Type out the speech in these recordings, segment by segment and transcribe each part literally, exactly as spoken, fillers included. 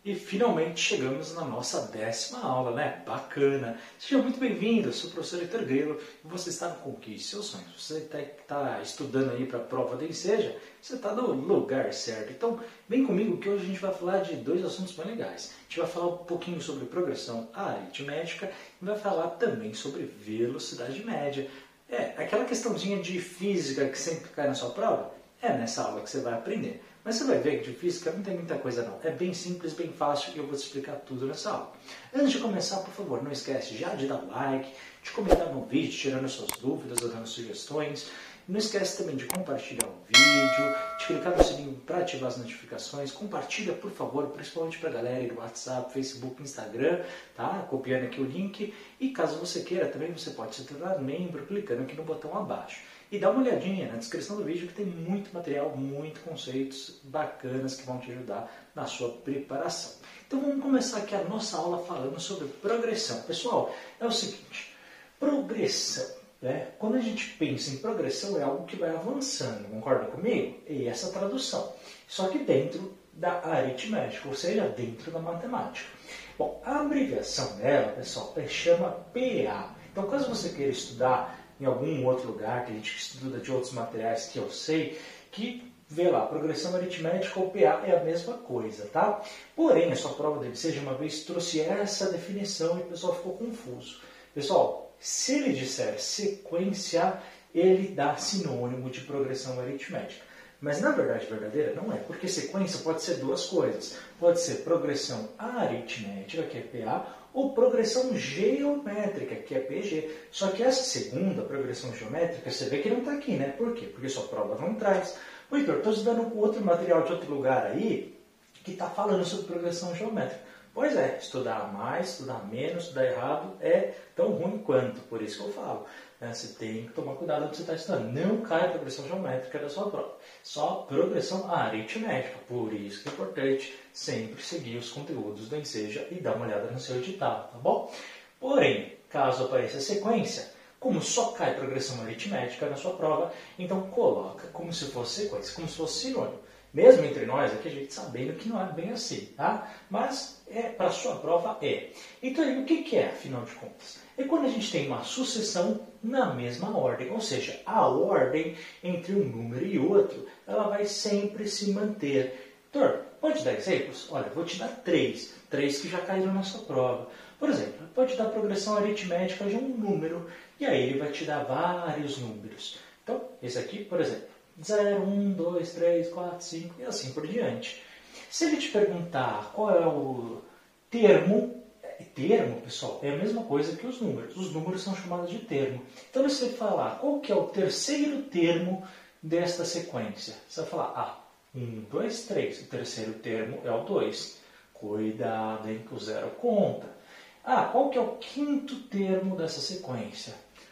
E finalmente chegamos na nossa décima aula, né? Bacana! Seja muito bem-vindo, eu sou o professor Heitor Grilo e você está no Conquiste Seus Sonhos. Você está tá estudando aí para a prova do Enseja, você está no lugar certo. Então, vem comigo que hoje a gente vai falar de dois assuntos bem legais. A gente vai falar um pouquinho sobre progressão aritmética e vai falar também sobre velocidade média. É, aquela questãozinha de física que sempre cai na sua prova, é nessa aula que você vai aprender. Mas você vai ver que de física não tem muita coisa não. É bem simples, bem fácil e eu vou te explicar tudo nessa aula. Antes de começar, por favor, não esquece já de dar like, de comentar no vídeo, tirando suas dúvidas, dando sugestões. Não esquece também de compartilhar o vídeo, de clicar no sininho para ativar as notificações. Compartilha, por favor, principalmente para a galera aí do WhatsApp, Facebook, Instagram, tá? Copiando aqui o link. E caso você queira, também você pode se tornar membro clicando aqui no botão abaixo. E dá uma olhadinha na descrição do vídeo que tem muito material, muito conceitos bacanas que vão te ajudar na sua preparação. Então vamos começar aqui a nossa aula falando sobre progressão. Pessoal, é o seguinte, progressão, né? Quando a gente pensa em progressão é algo que vai avançando, concorda comigo? E essa tradução, só que dentro da aritmética, ou seja, dentro da matemática. Bom, a abreviação dela, pessoal, chama P A. Então caso você queira estudar em algum outro lugar, que a gente estuda de outros materiais que eu sei, que vê lá, progressão aritmética ou P A é a mesma coisa, tá? Porém, a sua prova deve ser, de uma vez, trouxe essa definição e o pessoal ficou confuso. Pessoal, se ele disser sequência, ele dá sinônimo de progressão aritmética. Mas na verdade verdadeira não é, porque sequência pode ser duas coisas. Pode ser progressão aritmética, que é P A, ou progressão geométrica, que é P G. Só que essa segunda, progressão geométrica, você vê que não está aqui, né? Por quê? Porque sua prova não traz. Ô, Heitor, estou estudando outro material de outro lugar aí que está falando sobre progressão geométrica. Pois é, estudar mais, estudar menos, estudar errado é tão ruim quanto. Por isso que eu falo. Né? Você tem que tomar cuidado quando você está estudando. Não cai a progressão geométrica da sua prova. Só progressão aritmética. Por isso que é importante sempre seguir os conteúdos do Enseja e dar uma olhada no seu edital, tá bom? Porém, caso apareça sequência, como só cai progressão aritmética na sua prova, então coloca como se fosse sequência, como se fosse sinônimo. Mesmo entre nós, aqui a gente sabendo que não é bem assim, tá? Mas é, para a sua prova é. Então, o que, que é, afinal de contas? É quando a gente tem uma sucessão na mesma ordem, ou seja, a ordem entre um número e outro, ela vai sempre se manter. Heitor, pode dar exemplos? Olha, vou te dar três, três que já caíram na sua prova. Por exemplo, pode dar progressão aritmética de um número, e aí ele vai te dar vários números. Então, esse aqui, por exemplo, zero, um, dois, três, quatro, cinco e assim por diante. Se ele te perguntar qual é o termo, termo, pessoal, é a mesma coisa que os números. Os números são chamados de termo. Então, se ele falar qual que é o terceiro termo desta sequência, você vai falar, ah, um, dois, três. O terceiro termo é o dois. Cuidado, hein, que o zero conta. Ah, qual que é o quinto termo dessa sequência?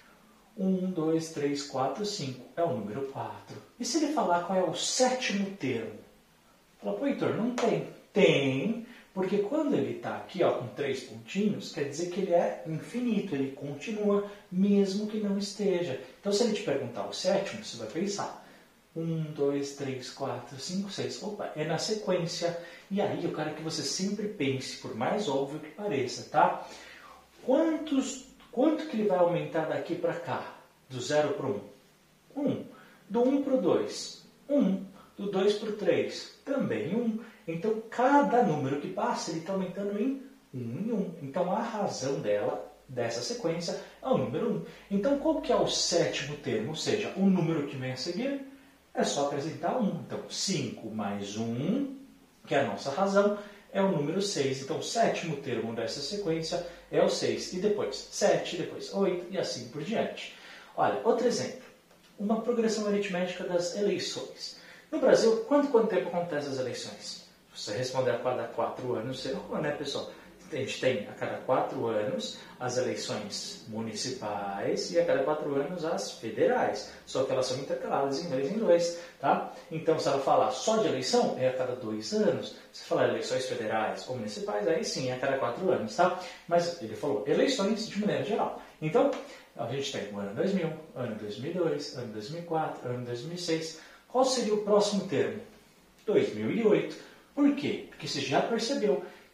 um, dois, três, quatro, cinco. É o número quatro. E se ele falar qual é o sétimo termo? Fala, pô, Heitor, não tem. Tem, porque quando ele está aqui ó, com três pontinhos, quer dizer que ele é infinito, ele continua, mesmo que não esteja. Então, se ele te perguntar o sétimo, você vai pensar, um, dois, três, quatro, cinco, seis. Opa, é na sequência. E aí, eu quero que você sempre pense, por mais óbvio que pareça, tá? Quantos... Quanto que ele vai aumentar daqui para cá? Do zero para o um? um. Do um para o dois? um. Do dois para o três? Também um. Então, cada número que passa, ele está aumentando em um em um. Então, a razão dela, dessa sequência, é o número um. Então, qual que é o sétimo termo? Ou seja, o número que vem a seguir é só acrescentar um. Então, cinco mais um, que é a nossa razão, é o número seis. Então, o sétimo termo dessa sequência é o seis. E depois sete, depois oito e assim por diante. Olha, outro exemplo. Uma progressão aritmética das eleições. No Brasil, quanto, quanto tempo acontecem as eleições? Se você responder a cada quatro anos, você errou, né, pessoal? A gente tem a cada quatro anos as eleições municipais e a cada quatro anos as federais. Só que elas são intercaladas em dois em dois, tá? Então, se ela falar só de eleição, é a cada dois anos. Se falar eleições federais ou municipais, aí sim, é a cada quatro anos, tá? Mas ele falou eleições de maneira geral. Então, a gente tem o ano dois mil, ano dois mil e dois, ano dois mil e quatro, ano dois mil e seis. Qual seria o próximo termo? dois mil e oito. Por quê? Porque você já percebeu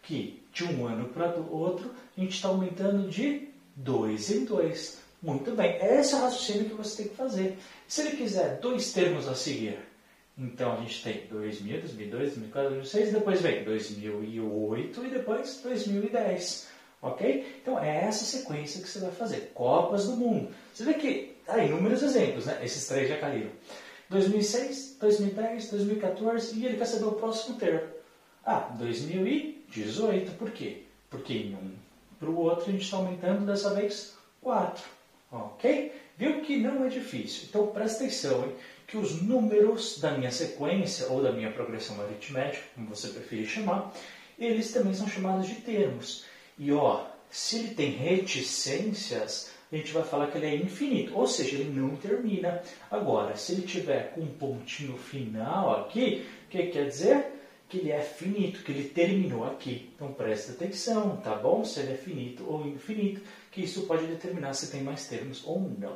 que de um ano para o outro a gente está aumentando de dois em dois. Muito bem, esse é o raciocínio que você tem que fazer. Se ele quiser dois termos a seguir, então a gente tem dois mil, dois mil e dois, dois mil e quatro, dois mil e seis, depois vem dois mil e oito e depois dois mil e dez. Ok? Então é essa sequência que você vai fazer. Copas do Mundo. Você vê que há inúmeros exemplos, né? Esses três já caíram. dois mil e seis, dois mil e dez, dois mil e quatorze e ele quer saber o próximo termo. Ah, dois mil e dezoito. Por quê? Porque em um para o outro a gente está aumentando dessa vez quatro. Ok? Viu que não é difícil. Então presta atenção, hein? Que os números da minha sequência ou da minha progressão aritmética, como você preferir chamar, eles também são chamados de termos. E ó, se ele tem reticências, a gente vai falar que ele é infinito, ou seja, ele não termina. Agora, se ele tiver com um pontinho final aqui, o que quer dizer? Que ele é finito, que ele terminou aqui. Então presta atenção, tá bom? Se ele é finito ou infinito, que isso pode determinar se tem mais termos ou não.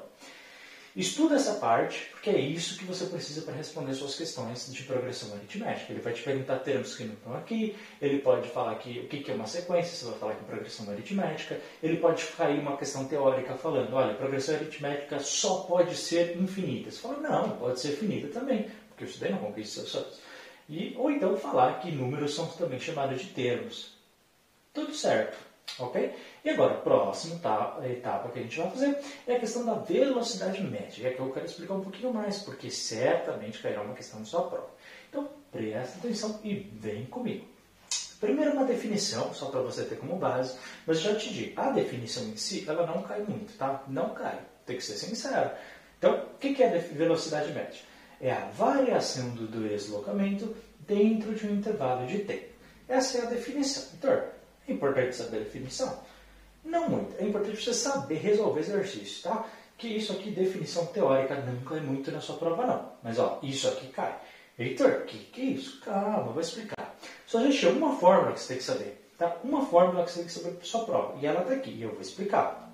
Estuda essa parte, porque é isso que você precisa para responder suas questões de progressão aritmética. Ele vai te perguntar termos que não estão aqui, ele pode falar que, o que é uma sequência, você vai falar que é progressão aritmética, ele pode cair uma questão teórica falando, olha, progressão aritmética só pode ser infinita. Você fala, não, pode ser finita também, porque eu estudei na Conquista dos Sonhos. E, ou então falar que números são também chamados de termos. Tudo certo, ok? E agora, a próxima etapa que a gente vai fazer é a questão da velocidade média. É que eu quero explicar um pouquinho mais, porque certamente cairá uma questão na sua prova. Então, presta atenção e vem comigo. Primeiro, uma definição, só para você ter como base, mas já te digo, a definição em si, ela não cai muito, tá? Não cai, tem que ser sincero. Então, o que é a velocidade média? É a variação do deslocamento dentro de um intervalo de tempo. Essa é a definição. Então, é importante saber a definição? Não muito. É importante você saber resolver exercícios, tá? Que isso aqui, definição teórica, não cai muito na sua prova, não. Mas, ó, isso aqui cai. Heitor, o que, que é isso? Calma, vou explicar. Só existe uma fórmula que você tem que saber, tá? Uma fórmula que você tem que saber para sua prova. E ela está aqui, e eu vou explicar.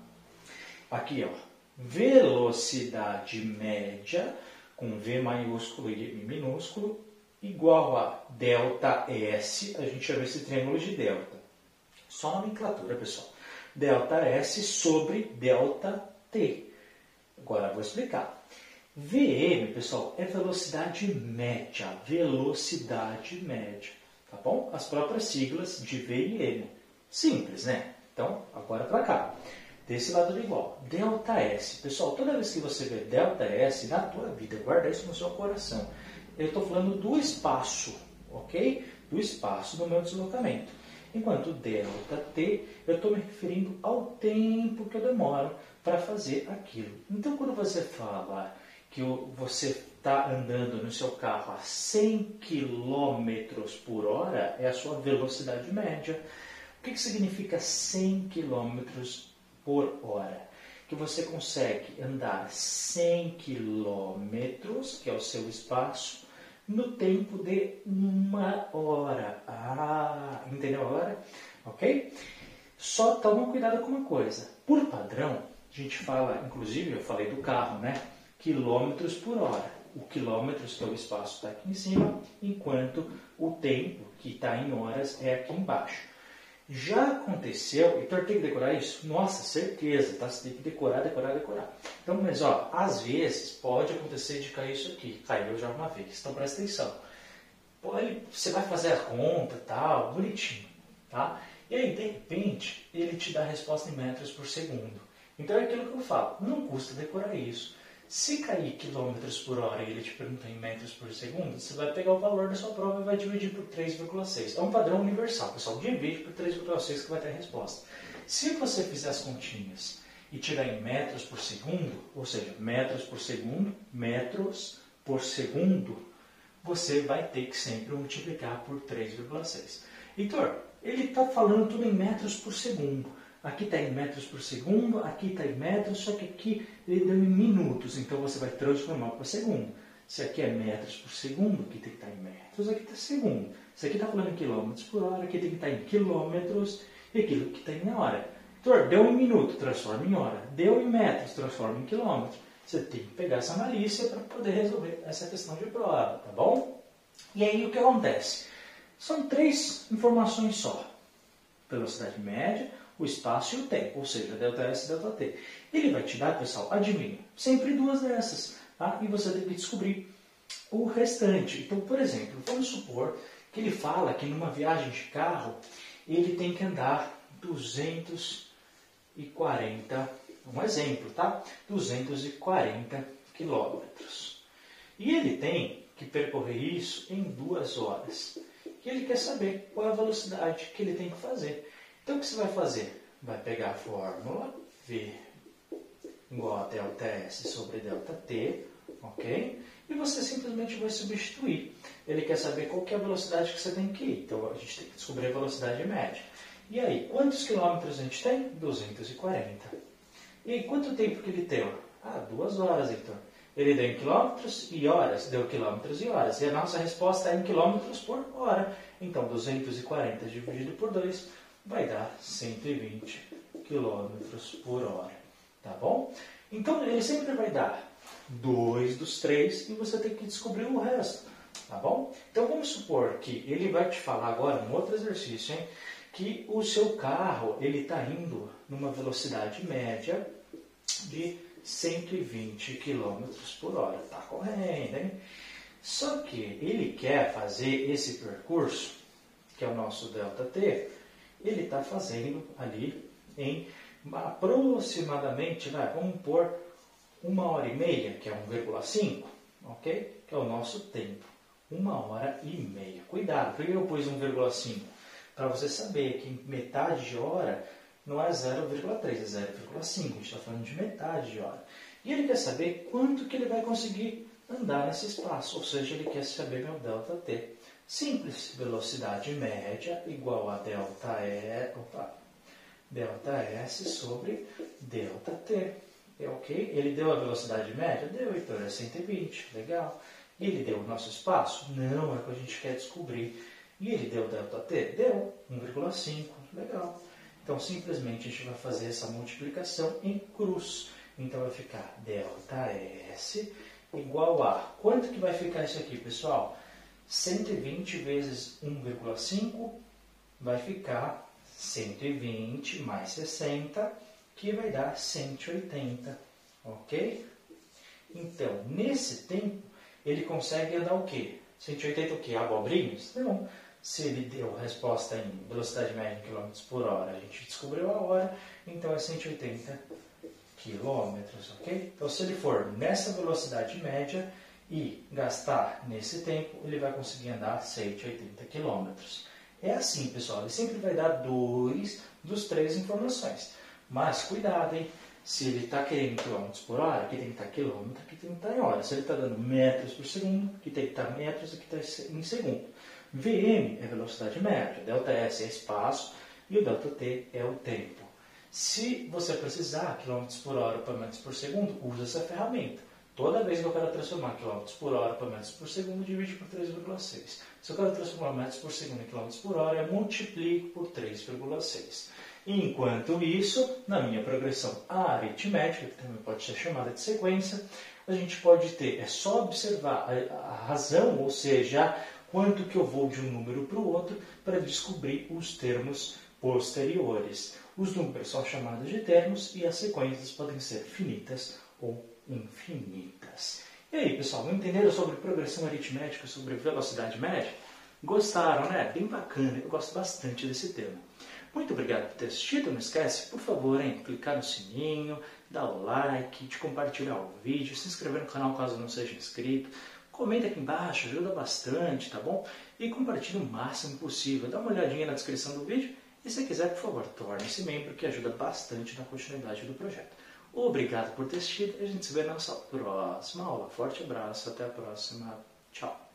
Aqui, ó. Velocidade média, com V maiúsculo e M minúsculo, igual a delta S, a gente chama esse triângulo de delta. Só nomenclatura, pessoal. Delta S sobre delta T. Agora eu vou explicar. V M, pessoal, é velocidade média. Velocidade média. Tá bom? As próprias siglas de V e M. Simples, né? Então, agora para cá. Desse lado é igual. Delta S. Pessoal, toda vez que você vê delta S na tua vida, guarda isso no seu coração. Eu estou falando do espaço, ok? Do espaço do meu deslocamento. Enquanto delta T, eu estou me referindo ao tempo que eu demoro para fazer aquilo. Então, quando você fala que você está andando no seu carro a cem quilômetros por hora, é a sua velocidade média. O que, que significa cem quilômetros por hora? Que você consegue andar cem quilômetros, que é o seu espaço, no tempo de uma hora. Ah, entendeu agora? Ok? Só toma cuidado com uma coisa. Por padrão, a gente fala, inclusive eu falei do carro, né? Quilômetros por hora. O quilômetros, que é o espaço, está aqui em cima, enquanto o tempo, que está em horas, é aqui embaixo. Já aconteceu, Heitor, tem que decorar isso? Nossa, certeza, tá? Você tem que decorar, decorar, decorar. Então, mas ó, às vezes pode acontecer de cair isso aqui. Caiu já uma vez, então presta atenção. Pode, você vai fazer a conta, tal, bonitinho, tá? E aí, de repente, ele te dá a resposta em metros por segundo. Então é aquilo que eu falo, não custa decorar isso. Se cair quilômetros por hora e ele te pergunta em metros por segundo, você vai pegar o valor da sua prova e vai dividir por três vírgula seis. É um padrão universal, pessoal. Divide por três vírgula seis que vai ter a resposta. Se você fizer as continhas e tirar em metros por segundo, ou seja, metros por segundo, metros por segundo, você vai ter que sempre multiplicar por três vírgula seis. Heitor, ele está falando tudo em metros por segundo. Aqui está em metros por segundo, aqui está em metros, só que aqui ele deu em minutos, então você vai transformar para segundo. Se aqui é metros por segundo, aqui tem que estar em metros, aqui está segundo. Se aqui está falando em quilômetros por hora, aqui tem que estar em quilômetros, e aquilo que está em hora. Então, deu em minuto, transforma em hora. Deu em metros, transforma em quilômetros. Você tem que pegar essa malícia para poder resolver essa questão de prova, tá bom? E aí o que acontece? São três informações só. velocidade média, o espaço e o tempo, ou seja, ΔS e ΔT. Ele vai te dar, pessoal, adivinha, sempre duas dessas, tá? E você tem que descobrir o restante. Então, por exemplo, vamos supor que ele fala que numa viagem de carro, ele tem que andar duzentos e quarenta, um exemplo, tá? duzentos e quarenta quilômetros. E ele tem que percorrer isso em duas horas. E ele quer saber qual é a velocidade que ele tem que fazer. Então, o que você vai fazer? Vai pegar a fórmula V igual a ΔS sobre ΔT, ok? E você simplesmente vai substituir. Ele quer saber qual que é a velocidade que você tem que ir. Então, a gente tem que descobrir a velocidade média. E aí, quantos quilômetros a gente tem? duzentos e quarenta. E aí, quanto tempo que ele deu? Ah, duas horas, então. Ele deu em quilômetros e horas, deu quilômetros e horas. E a nossa resposta é em quilômetros por hora. Então, duzentos e quarenta dividido por dois vai dar cento e vinte quilômetros por hora. Tá bom? Então, ele sempre vai dar dois dos três e você tem que descobrir o resto. Tá bom? Então, vamos supor que ele vai te falar agora, um outro exercício, hein? Que o seu carro ele está indo numa velocidade média de cento e vinte quilômetros por hora. Está correndo, hein? Só que ele quer fazer esse percurso, que é o nosso ΔT, ele está fazendo ali em aproximadamente, né, vamos pôr uma hora e meia, que é um vírgula cinco, ok? Que é o nosso tempo. Uma hora e meia. Cuidado, por que eu pus um vírgula cinco? Para você saber que metade de hora não é zero vírgula três, é zero vírgula cinco. A gente está falando de metade de hora. E ele quer saber quanto que ele vai conseguir andar nesse espaço. Ou seja, ele quer saber meu ΔT. Simples. Velocidade média igual a ΔE, opa, ΔS sobre ΔT. É ok? Ele deu a velocidade média? Deu, então é cento e vinte. Legal. E ele deu o nosso espaço? Não, é o que a gente quer descobrir. E ele deu ΔT? Deu, um vírgula cinco. Legal. Então, simplesmente, a gente vai fazer essa multiplicação em cruz. Então, vai ficar ΔS igual a... Quanto que vai ficar isso aqui, pessoal? cento e vinte vezes um vírgula cinco vai ficar cento e vinte mais sessenta, que vai dar cento e oitenta. Ok? Então, nesse tempo, ele consegue andar o quê? cento e oitenta o quê? Abobrinhos? Não. Se ele deu resposta em velocidade média em quilômetros por hora, a gente descobriu a hora, então é cento e oitenta quilômetros, ok? Então, se ele for nessa velocidade média e gastar nesse tempo, ele vai conseguir andar cento e oitenta quilômetros. É assim, pessoal, ele sempre vai dar dois dos três informações. Mas, cuidado, hein? Se ele está querendo quilômetros por hora, aqui tem que estar quilômetro, aqui tem que estar em hora. Se ele está dando metros por segundo, aqui tem que estar metros, aqui está em segundo. V M é velocidade média, ΔS é espaço e o ΔT é o tempo. Se você precisar quilômetros por hora para metros por segundo, usa essa ferramenta. Toda vez que eu quero transformar quilômetros por hora para metros por segundo, divide por três vírgula seis. Se eu quero transformar metros por segundo em quilômetros por hora, eu multiplico por três vírgula seis. Enquanto isso, na minha progressão aritmética, que também pode ser chamada de sequência, a gente pode ter, é só observar a, a razão, ou seja, quanto que eu vou de um número para o outro para descobrir os termos posteriores. Os números são chamados de termos e as sequências podem ser finitas ou infinitas. E aí, pessoal, entenderam sobre progressão aritmética, sobre velocidade média? Gostaram, né? Bem bacana, eu gosto bastante desse tema. Muito obrigado por ter assistido. Não esquece, por favor, hein, clicar no sininho, dar o like, de compartilhar o vídeo, se inscrever no canal caso não seja inscrito. Comenta aqui embaixo, ajuda bastante, tá bom? E compartilhe o máximo possível. Dá uma olhadinha na descrição do vídeo e se quiser, por favor, torne-se membro, que ajuda bastante na continuidade do projeto. Obrigado por ter assistido e a gente se vê na nossa próxima aula. Forte abraço, até a próxima. Tchau!